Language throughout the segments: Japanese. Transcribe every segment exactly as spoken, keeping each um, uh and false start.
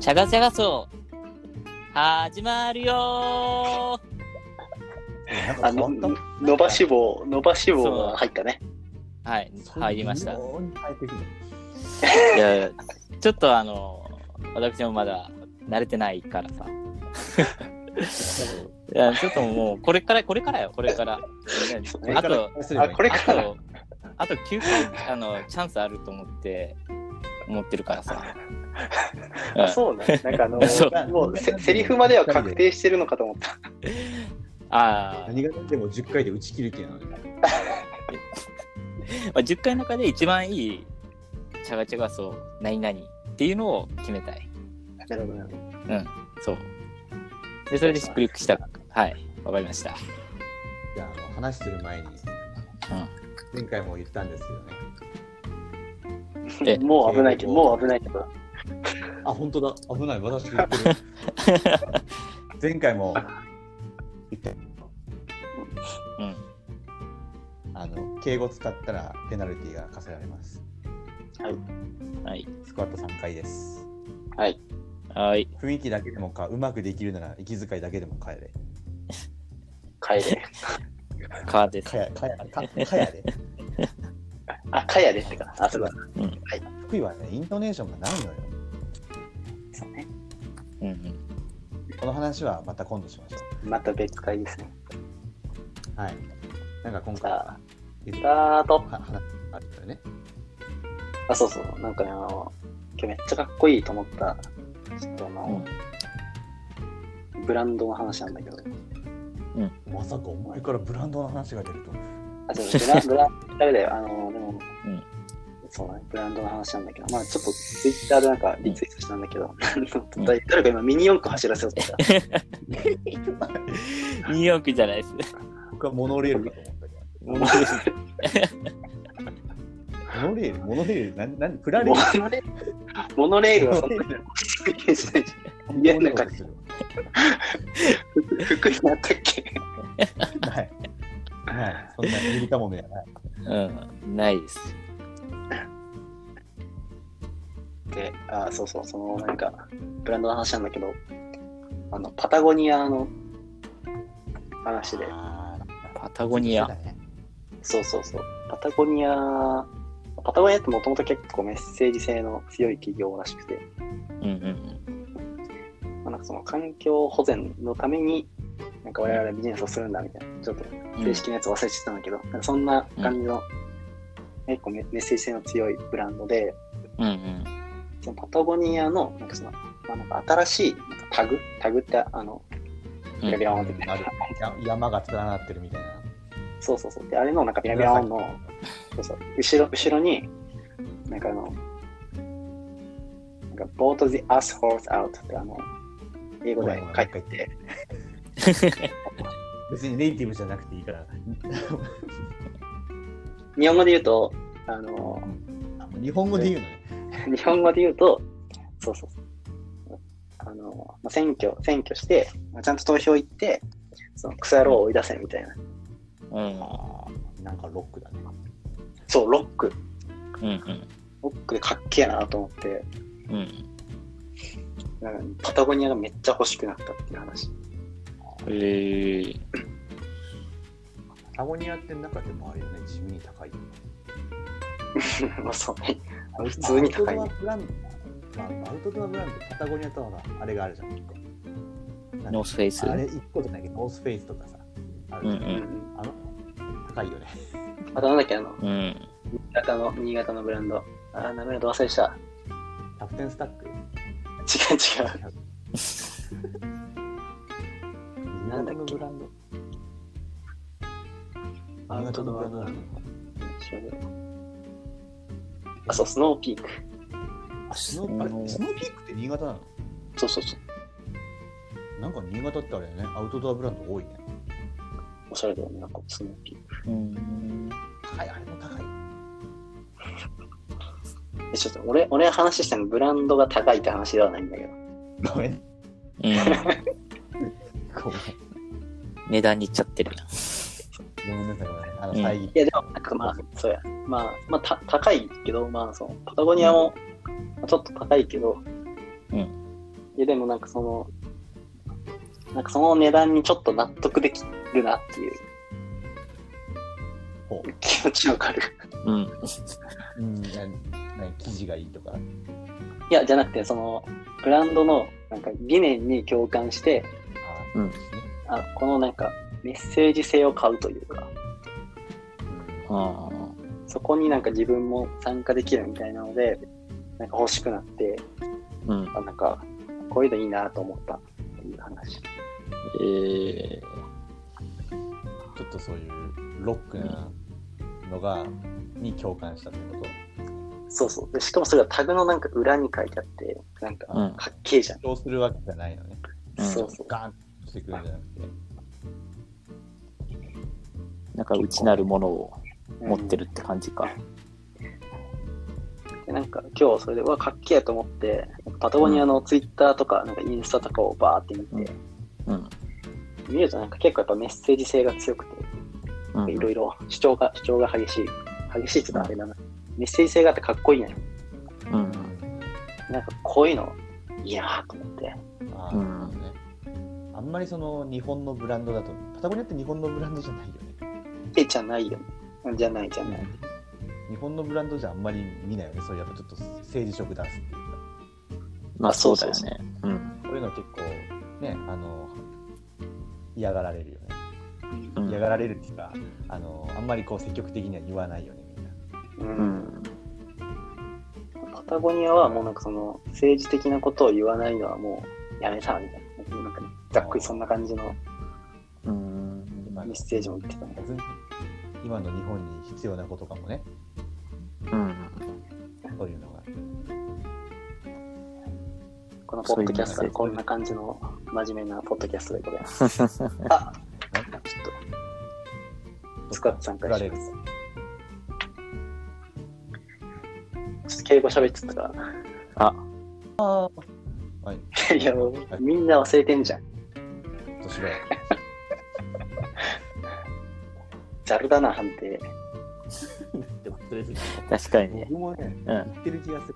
チャガチャガそう始まるよあの伸ばし棒伸ばし棒が入ったね。 はい入りました。いやちょっとあの私もまだ慣れてないからさいやちょっともうこれからこれからよこれからあとあこれからあとあときゅうかいあのチャンスあると思って思ってるからさあそうねなんかあのもうセリフまでは確定してるのかと思ったああ何が何でもじゅっかいで打ち切るっていうのはねまあじゅっかいの中で一番いいチャガチャガそう何々っていうのを決めたい。 なるほどなるほど。 うんそうでそれでしっくりしたはいわかりました。 じゃあ、あの話する前に、うん、前回も言ったんですけどねもう危ないけどもう危ないけどあ本当だ危ない私言ってる前回も言ったうんあの敬語使ったらペナルティが課せられます。 はいはいスクワットさんかいです。 はいはい雰囲気だけでもかうまくできるなら息遣いだけでも帰れ帰れかですかやかやかかやであかやでってかあそうだ、 うん、はい福井はねイントネーションがないのよ。 そうねうんうんこの話はまた今度しましょう。また別会ですね。 はいなんか今回はスタート話あるからね。 あそうそうなんかねあの今日めっちゃかっこいいと思ったちょっとあの、うん、ブランドの話なんだけど、 うん、まさかお前からブランドの話が出るとあそうブラブラダメだよあのでも、 うん、 そうねブランドの話なんだけどまあちょっとツイッターでなんかリツイートしたんだけど、うん、誰か今ミニ四駆走らせようとしたミニ四駆じゃないです僕はモノレールかと思ったけどモノレールモノレールモノレールな何プラレールモノレールはそんなにいやなんか服になったっけないないそんなゆりかもめはないうんないですであそうそうそのなんかブランドの話なんだけどあのパタゴニアの話でパタゴニア、 ね、そうそうそうパタゴニアパタゴニアってもともと結構メッセージ性の強い企業らしくて、 うんうんうんまあ、なんかその環境保全のためになんか我々ビジネスをするんだみたいなちょっと正式なやつ忘れてたんだけど、うん、なんかそんな感じの、うん、結構メッセージ性の強いブランドで、 うんうん、 そのパタゴニアのなんかその、まあ、なんか新しいなんかタグタグってあのビラビラオンって、うん、 山が連なってるみたいなそうそうそうであれのなんかビラビラオンのそうそう後ろ後ろになんかあのなんか Boat the assholes out ってあの英語で書いてて別にネイティブじゃなくていいから日本語で言うとあの日本語で言うのね日本語で言うとそうそうそうあの選挙選挙してちゃんと投票行ってそのクソ野郎を追い出せみたいなうん、 なんかロックだね。 そうロック、 うんうん、 ロックでかっけえなと思って、 うん、 なんかパタゴニアがめっちゃ欲しくなったっていう話。 へー。 パタゴニアって中でもあるよね、地味に高い。 まあそうね。普通に高い、ね。 アウトドアブランド、まあ、アウトドアブランド、パタゴニアとはあれがあるじゃん。 ノースフェイス。 あれいっこじゃないけど、ノースフェイスとかさ。ある、うんうん、あの高いよね。 あとなんだっけあの、 うん、 新潟の新潟のブランド。あ名前ど忘れした。 キャプテンスタック。 違う違う。なんだっけブランド。アウトドアブランド。あそうスノーピーク。 あスノーあれスノーピークって新潟なの？ そうそうそう。 なんか新潟ってあれねアウトドアブランド多いね。 おしゃれだよね、なんかスノーピーク。 うん。 高い、あれも高い。 え、ちょっと俺、俺話したのブランドが高いって話ではないんだけど。 ごめん。 うん、 ごめん。 値段にいっちゃってるな。 ごめんなさい、ごめんなさい。あの、遮義、うん。いや、でも、なんかまあ、そうや。まあ、まあ、た高いけど、まあ、そう、パタゴニアも、うん、ちょっと高いけど、 うん。 いやでもなんかその、なんかその値段にちょっと納得できるなっていうほう。 気持ちわかる。 うん。 うん、なな生地がいいとか。 いや、じゃなくて、その、ブランドのなんか理念に共感して、 ああ、 うんですね。 あこのなんかメッセージ性を買うというか、 あそこになんか自分も参加できるみたいなので、なんか欲しくなって、 あ。うん。 あなんか、こういうのいいなと思ったっていう話。 えー、 ちょっとそういうロックなのが、に共感したってこと。 そうそう。でしかもそれがタグのなんか裏に書いてあって、なんかうんかっけえじゃん。 そうするわけじゃないのね。 うんそうそう。 ガーンとしてくるんじゃなくて。 なんか内なるものを持ってる。 るって感じか。 でなんか今日それで、うわ、かっけえと思って、パタゴニアのツイッターとか、なんかインスタとかをバーって見て、 うん。 見るとなんか結構やっぱメッセージ性が強くて、 うん。 いろいろ主張が、主張が激しい。激しいって言ったらあれだな。メッセージ性があってかっこいいのよ。 うん。 なんかこういうのいいなと思って。 ああ、 うんなるほどね。あんまりその日本のブランドだと、パタゴニアって日本のブランドじゃないよね。 え、じゃないよね。じゃないじゃない。 日本のブランドじゃあんまり見ないよね。そういうやっぱちょっと政治色出すっていうか。 まあそうだよね。うん。 こういうの結構ね、あの、嫌がられるよね。 うん嫌がられるっていうか、あの、あんまりこう積極的には言わないよね、みんな。 う。 うんん。 パタゴニアはもうなんかその政治的なことを言わないのはもうやめたみたいな。なんかざっくりそんな感じのうん。 まあメッセージも言ってたね。 今の日本に必要なことかもね、 うん。 そういうのが。 このポッドキャストはこんな感じの真面目なポッドキャストでございます。あ、ちょっと、スカッツさんからします。ちょっと敬語喋っちゃったから。 あ、 はい。 いや、もうみんな忘れてんじゃん。 年がざるだな、判定。 でも忘れずに確かにね。 僕もね、 うん言ってる気がする。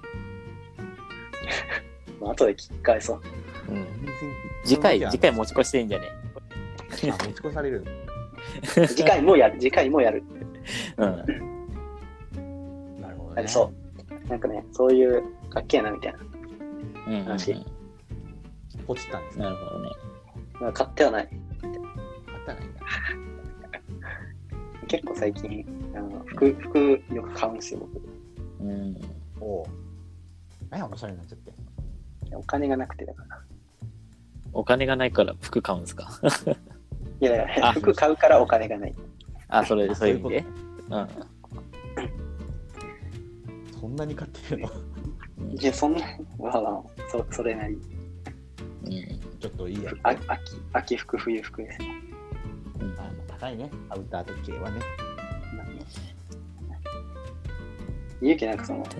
まあ後で聞き返そう。 うん。 全然次回、 その時は次回持ち越していいんじゃね。 あ、持ち越される。 次回もやる、次回もやる。 うん。 なるほどね。 あれそう。なんかね、そういうかっけえなみたいな。 うんうんうん。 話ポチったんですね。 なるほどね。 まあ買ってはない。 あったらいいんだ。 結構最近、あの服、服よく買うんですよ、僕。 うん。 おお。何や、おしゃれになっちゃって。 お金がなくてだから。 お金がないから服買うんすか。 いやいや、 あ服買うからお金がない。 あ、それで、そういう意味で。うん。 そんなに買ってるのいや、そんな、まあまあ、そそれなり。 うん。 ちょっといいや。 あ秋、秋服、冬服ですよ。 うんあの高いね。アウター時計はね。 ゆうきなんかその、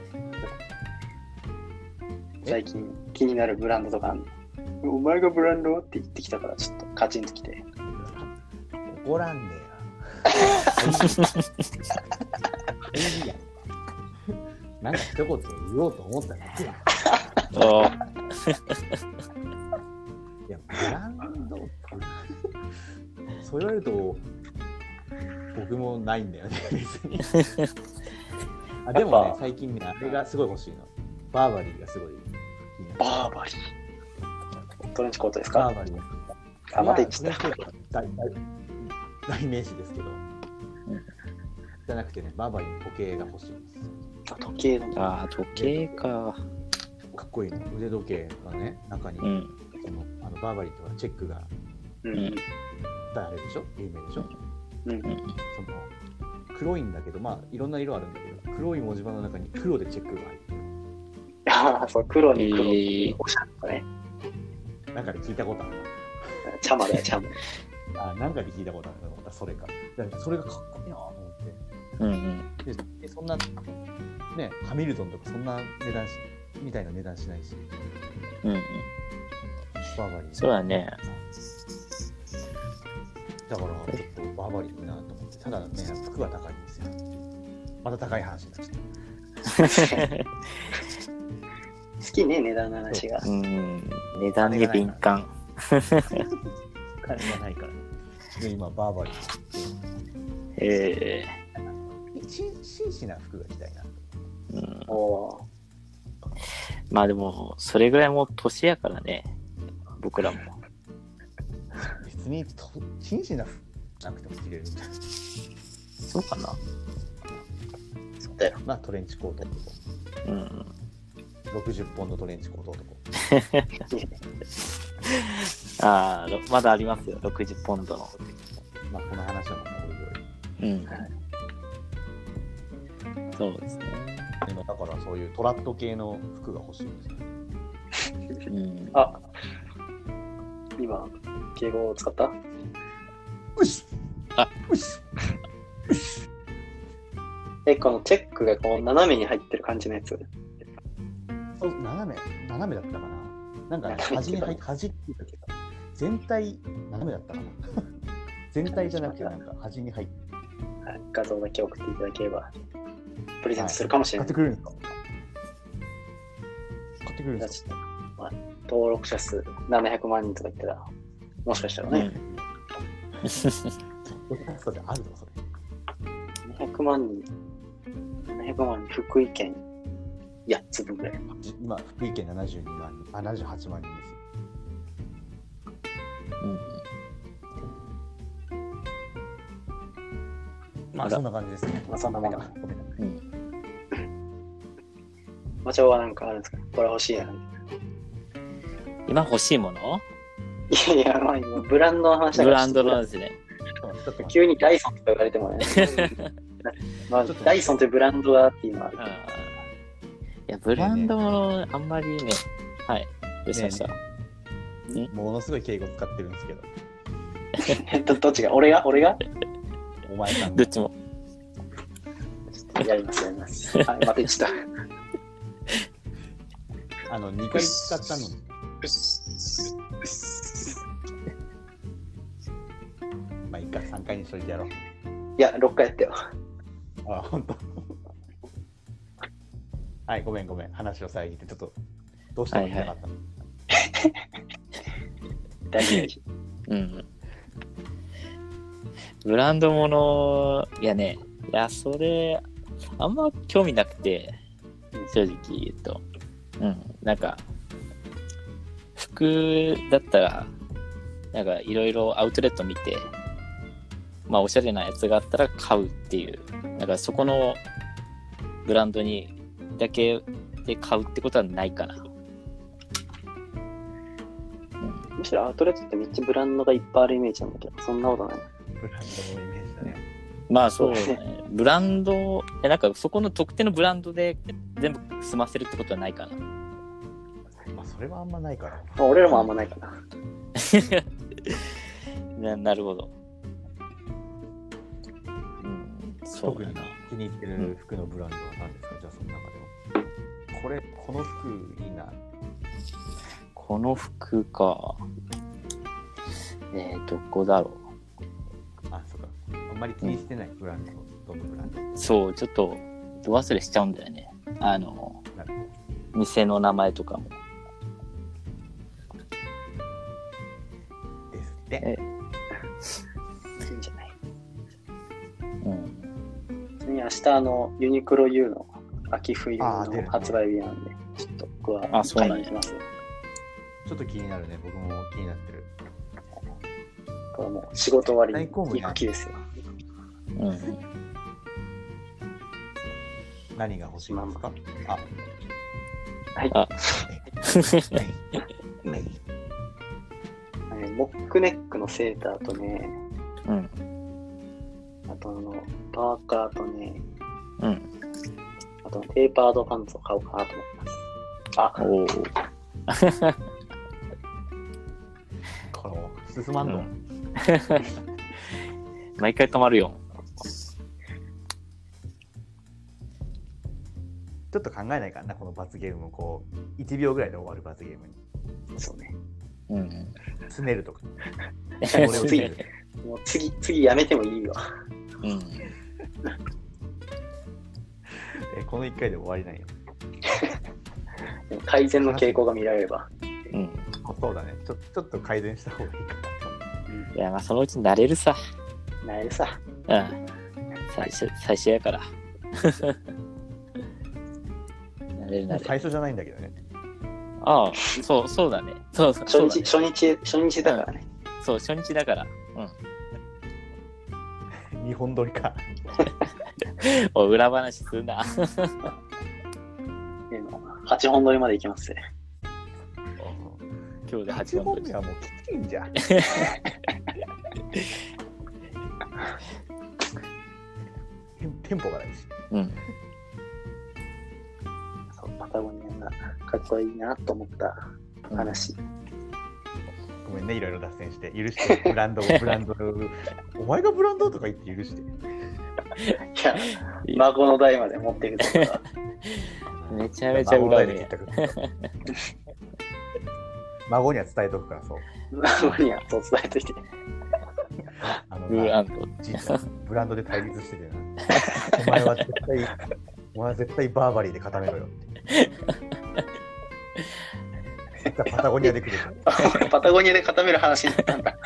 最近気になるブランドとかあんの？お前がブランドって言ってきたからちょっとカチンときて。 怒らんねえよ。いいや。なんか一言言おうと思っただけや。 おーいや、ブランドそう言われると、僕もないんだよね、別に。あでもね、最近ね、あれがすごい欲しいの。バーバリーがすごいいいな。 バーバリー。トレンチコートですか？ バーバリー。 あ、また言っちゃっいやトレンチコートは大大代名詞ですけど、じゃなくてね、バーバリーの時計が欲しいんです。 た。時計の。 あー、時計か。 かっこいいの。腕時計がね、中に、 うん。 そのあのバーバリーとかチェックがうん。 うんあれでしょ、有名でしょ。 うん。 うん。 その黒いんだけど、まあいろんな色あるんだけど、黒い文字盤の中に黒でチェックが入ってる。 ああ、そう、黒に黒。 えーおしゃれだね。 なんかで聞いたことあるチャマだよ、チャマ。 な。あ、なんかで聞いたことあるな。またそれか。だからそれがかっこいいなと思って。 うんうん。 ででそんな、ね、ハミルトンとかそんな値段し、みたいな値段しないし、 うんうん。 バーバリー。 そうだね。 だから、ちょっとバーバリーいいなと思って。ただね、服は高いんですよ。また高い話になっちゃっきね、値段の話が。 うん、値段に敏感。 金がないから。で今バーバリー。 え真摯な服が着たいな。 ーうん、 おまあでもそれぐらいもう年やからね、僕らも。 別にと真摯な服なくても着れるんじゃない。 そうかな。 そうだよ。 まあトレンチコートとか。 うん。 ろくじゅっポンドトレンチコートとか。 ああ、まだありますよ、ろくじゅうポンドの。 まあこの話はまたおいおい。 うん。そうですね。 今だからそういうトラッド系の服が欲しいんですね。 うん、 あ、今、敬語を使った？ うしあうしえ、このチェックがこう斜めに入ってる感じのやつ。 そう斜め斜めだったかな。なんかね端に入って端って言ったけど全体斜めだったかな。全体じゃなくてなんか端に入って。 はい、画像だけ送っていただければプレゼントするかもしれない。 買ってくれるんですか？買ってくれるんですか？ まあ、登録者数ななひゃくまんにんとか言ったらもしかしたらね。 うん、それあるぞそれ。 ななひゃくまんにん、ななひゃくまんにん、福井県やっつぶぐらい。 今福井県ななじゅうにまんにん、あななじゅうはちまんにんですよ。 うん、 まあそんな感じですね。 まあそんなもんだ。 ごめんなさい。 うん。 マチョはなんかあるんですか？これ欲しいな。 今欲しいもの？ いやいや、まあ今ブランドの話だから。 ブランドのですね。 急にダイソンとか言われてもね。まあダイソンというブランドだっていうのはある。 いや、ブランドもあんまりね、はい、どうしました？ ねえねえものすごい敬語使ってるんですけど。 ど, どっちが俺が俺がお前さんどっちも。 やりますやります。はい、待てちゃった。 あのにかい使ったのに。まあいいかさんかいにしといてやろう。 いやろっかいやったよ。 あ本当。はいごめんごめん話を遮ってちょっとどうしても言いたかったの。 大事大事。 うん。ブランドもの、いやね、いや、それ、あんま興味なくて、正直言うと。うん、なんか、服だったら、なんかいろいろアウトレット見て、まあおしゃれなやつがあったら買うっていう、なんかそこのブランドにだけで買うってことはないかな。 うん、むしろアウトレットってめっちゃブランドがいっぱいあるイメージなんだけど、そんなことない。 ブランドのイメージだね。 まあそうね。ブランド、えなんかそこの特定のブランドで全部済ませるってことはないかな。 まあそれはあんまないから。 まあ、俺らもあんまないかな。 な, なるほど。うん、そう特にだな。 気に入ってる服のブランドは何ですか、うん、じゃあその中でも。これ、この服いいな。 この服か。えー、どこだろう。あ、そうか。あんまり気にしてないブランド、うん、どのブランド？ そう、ちょっと、ど忘れしちゃうんだよね。あの、店の名前とかも。 ですって。 いいんじゃない。 うん。 ちなみに明日あのユニクロ U の秋冬のね、 発売日なんで、ちょっと僕は買いに行きます、ね。 ちょっと気になるね。僕も気になってる。 これはもう仕事終わりに行く気ですよ。 うん。 何が欲しいですか？あ。 はい。 あモックネックのセーターとね、 うん。 あとあのパーカーとね、 うん。 あとテーパードパンツを買おうかなと思います。あ、 おお。 これ進まんの、うん、 毎回止まるよ。 ちょっと考えないかな、この罰ゲームをこういちびょうぐらいで終わる罰ゲームに。 そうね。 うん。 詰めるとか。 俺を次、もう次、次やめてもいいわ。 うん。 え、このいっかいで終わりないよ。 改善の傾向が見られれば。 うん。 そうだね。ちょちょっと改善した方がいいかなと。 いや、まあそのうち慣れるさ。 なれるさ。 うん。最初、最初やから。慣れる慣れる。 最初じゃないんだけどね。 ああ、そう、そうだね。そうそう。 初日、初日、初日だからね。 そう、初日だから。 うん。にほん撮りか。 お、裏話するな。 はちほん撮りまで行きますね。 今日ではちほん撮り。 はちほんめはもうきついんじゃん。テンポがないし。 うん。 そう、パタゴニアがかっこいいなと思った話。うん、 ごめんね、いろいろ脱線して。許して、ブランド、ブランド。お前がブランドとか言って許して。 いや、孫の代まで持っていくとか。 めちゃめちゃ裏で。 孫には伝えとくからそう。 孫にはそう伝えといて。 あのブランド。 ブランドで対立しててな。お前は絶対、お前は絶対バーバリーで固めろよって。パタゴニアで来る。 パタゴニアで固める話になったんだ。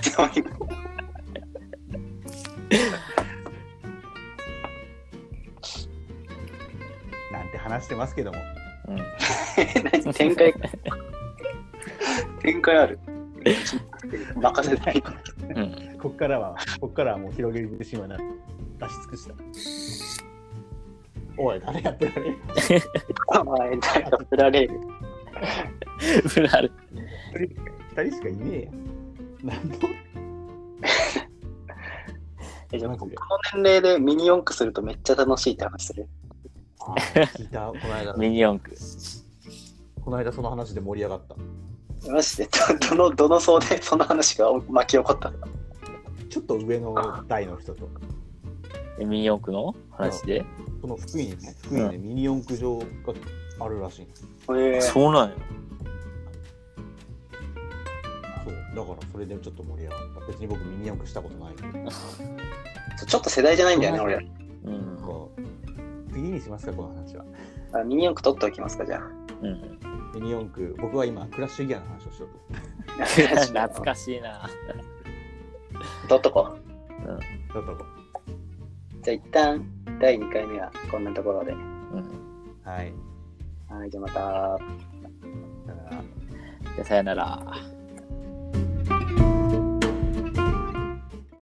なんて話してますけども。 うん、 何展開展開ある。任せたい。 うん、 こっからはこっからはもう広げる自信はな出し尽くした。おい誰やってられる。 お前誰やってられる。 フラル。 二人しかいねえや。なんと。 えじゃあこの年齢でミニ四駆するとめっちゃ楽しいって話する。 あ聞いたこの間。 ミニ四駆。 この間その話で盛り上がった。 マジでどのどの層でその話が巻き起こったの。 ちょっと上の代の人と。 ミニ四駆の話で。 この福井にね、福井にね、うん、ミニ四駆場があるらしい。 えー、 そうなんよ。 そう、だからそれでちょっと盛り上がった。別に僕ミニ四駆したことないけど。 ちょっと世代じゃないんだよね、俺。 うん。 次にしますか、この話は。 あミニ四駆取っておきますか、じゃあ。 うん。 ミニ四駆、僕は今、クラッシュギアの話をしようと。懐かしいな。 取っとこう。うん。取っとこう。 じゃあ一旦、だいにかいめはこんなところで。うん。 はい。 はい、じゃあまた。 さよなら。じゃあさよなら。